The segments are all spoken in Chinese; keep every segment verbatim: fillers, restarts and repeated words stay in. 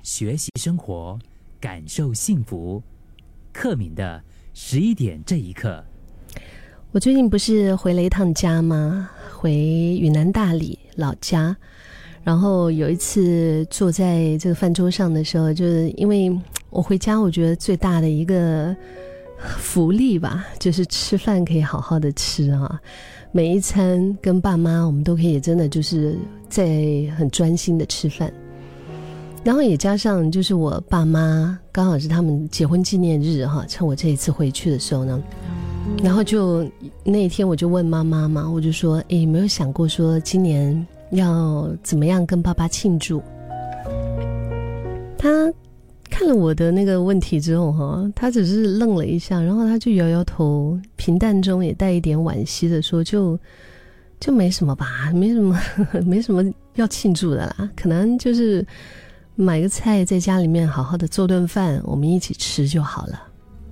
学习生活，感受幸福。克敏的十一点这一刻。 我最近不是回了一趟家吗？回云南大理老家，然后有一次坐在这个饭桌上的时候，就是因为我回家，我觉得最大的一个福利吧，就是吃饭可以好好的吃啊，每一餐跟爸妈我们都可以真的就是在很专心的吃饭，然后也加上就是我爸妈刚好是他们结婚纪念日哈，趁我这一次回去的时候呢，然后就那一天我就问妈妈嘛，我就说诶，有没有想过说今年要怎么样跟爸爸庆祝？他看了我的那个问题之后哈，他只是愣了一下，然后他就摇摇头，平淡中也带一点惋惜的说，就就没什么吧，没什么没什么要庆祝的啦，可能就是买个菜在家里面好好的做顿饭，我们一起吃就好了。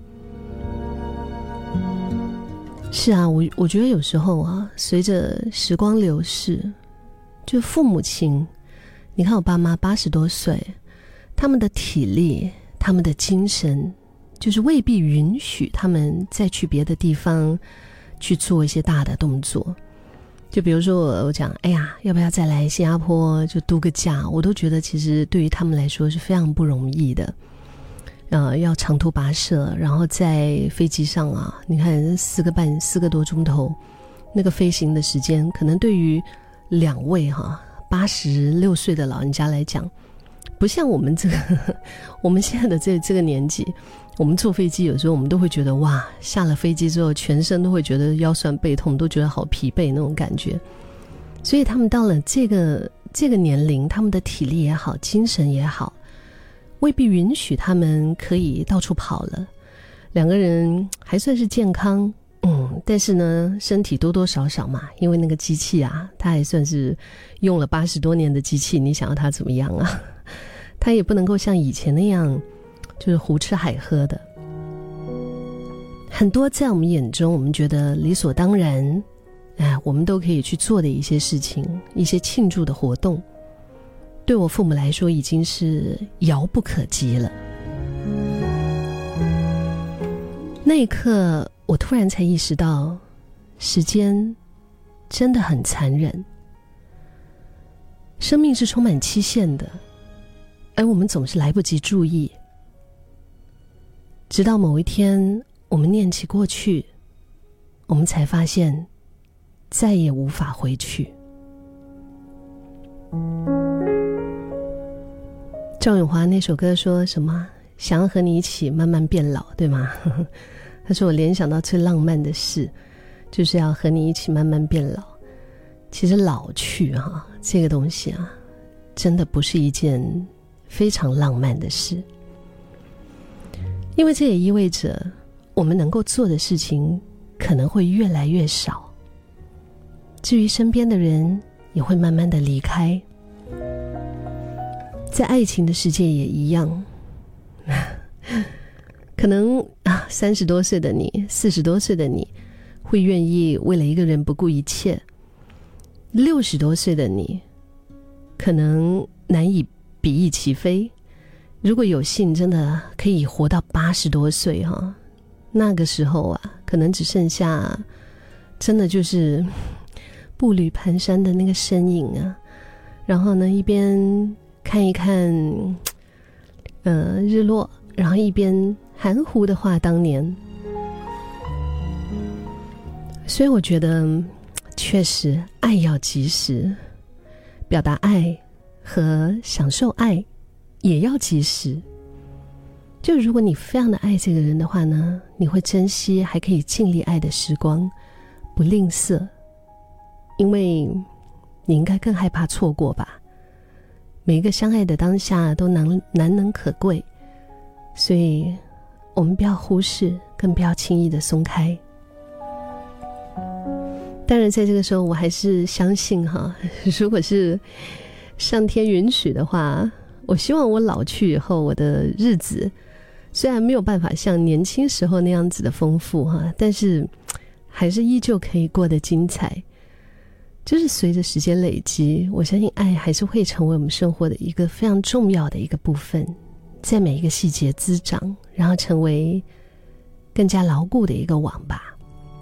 是啊，我我觉得有时候啊，随着时光流逝，就父母亲，你看我爸妈八十多岁，他们的体力，他们的精神，就是未必允许他们再去别的地方去做一些大的动作。就比如说我我讲，哎呀，要不要再来新加坡就度个假？我都觉得其实对于他们来说是非常不容易的。呃，要长途跋涉，然后在飞机上啊，你看四个半四个多钟头，那个飞行的时间，可能对于两位哈八十六岁的老人家来讲，不像我们这个我们现在的这这个年纪，我们坐飞机有时候我们都会觉得哇，下了飞机之后全身都会觉得腰酸背痛，都觉得好疲惫那种感觉。所以他们到了这个这个年龄，他们的体力也好，精神也好，未必允许他们可以到处跑了。两个人还算是健康，嗯，但是呢，身体多多少少嘛，因为那个机器啊，它还算是用了八十多年的机器，你想要它怎么样啊？它也不能够像以前那样，就是胡吃海喝的。很多在我们眼中，我们觉得理所当然，哎，我们都可以去做的一些事情，一些庆祝的活动，对我父母来说已经是遥不可及了。那一刻我突然才意识到，时间真的很残忍，生命是充满期限的，而我们总是来不及注意，直到某一天我们念起过去，我们才发现再也无法回去。赵咏华那首歌说什么？想要和你一起慢慢变老，对吗？他说我联想到最浪漫的事，就是要和你一起慢慢变老。其实老去啊，这个东西啊，真的不是一件非常浪漫的事，因为这也意味着我们能够做的事情可能会越来越少，至于身边的人也会慢慢的离开。在爱情的世界也一样，可能啊，三十多岁的你，四十多岁的你，会愿意为了一个人不顾一切；六十多岁的你，可能难以比翼齐飞。如果有幸真的可以活到八十多岁哈，那个时候啊，可能只剩下真的就是步履蹒跚的那个身影啊，然后呢，一边看一看呃日落，然后一边含糊的话当年。所以我觉得确实爱要及时，表达爱和享受爱也要及时。就如果你非常的爱这个人的话呢，你会珍惜还可以尽力爱的时光，不吝啬，因为你应该更害怕错过吧。每一个相爱的当下都难难能可贵，所以我们不要忽视，更不要轻易的松开。当然在这个时候我还是相信哈，如果是上天允许的话，我希望我老去以后，我的日子虽然没有办法像年轻时候那样子的丰富哈，但是还是依旧可以过得精彩。 就是随着时间累积，我相信爱还是会成为我们生活的一个非常重要的一个部分，在每一个细节滋长，然后成为更加牢固的一个网吧。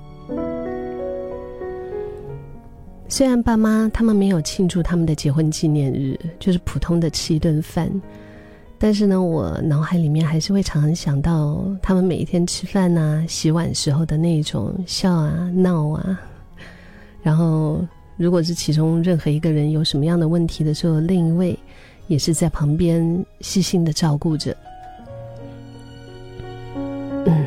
虽然爸妈他们没有庆祝他们的结婚纪念日，就是普通的吃一顿饭，但是呢，我脑海里面还是会常常想到他们每一天吃饭啊、洗碗时候的那种笑啊、闹啊，然后如果是其中任何一个人有什么样的问题的时候，另一位也是在旁边细心的照顾着。嗯，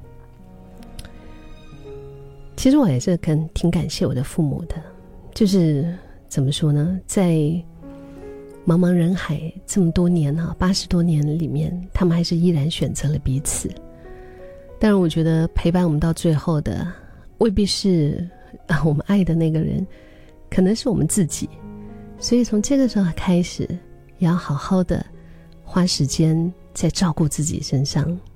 其实我也是跟挺感谢我的父母的，就是怎么说呢，在茫茫人海这么多年啊，八十多年里面，他们还是依然选择了彼此。当然我觉得陪伴我们到最后的未必是、啊、我们爱的那个人，可能是我们自己。所以从这个时候开始，也要好好的花时间在照顾自己身上。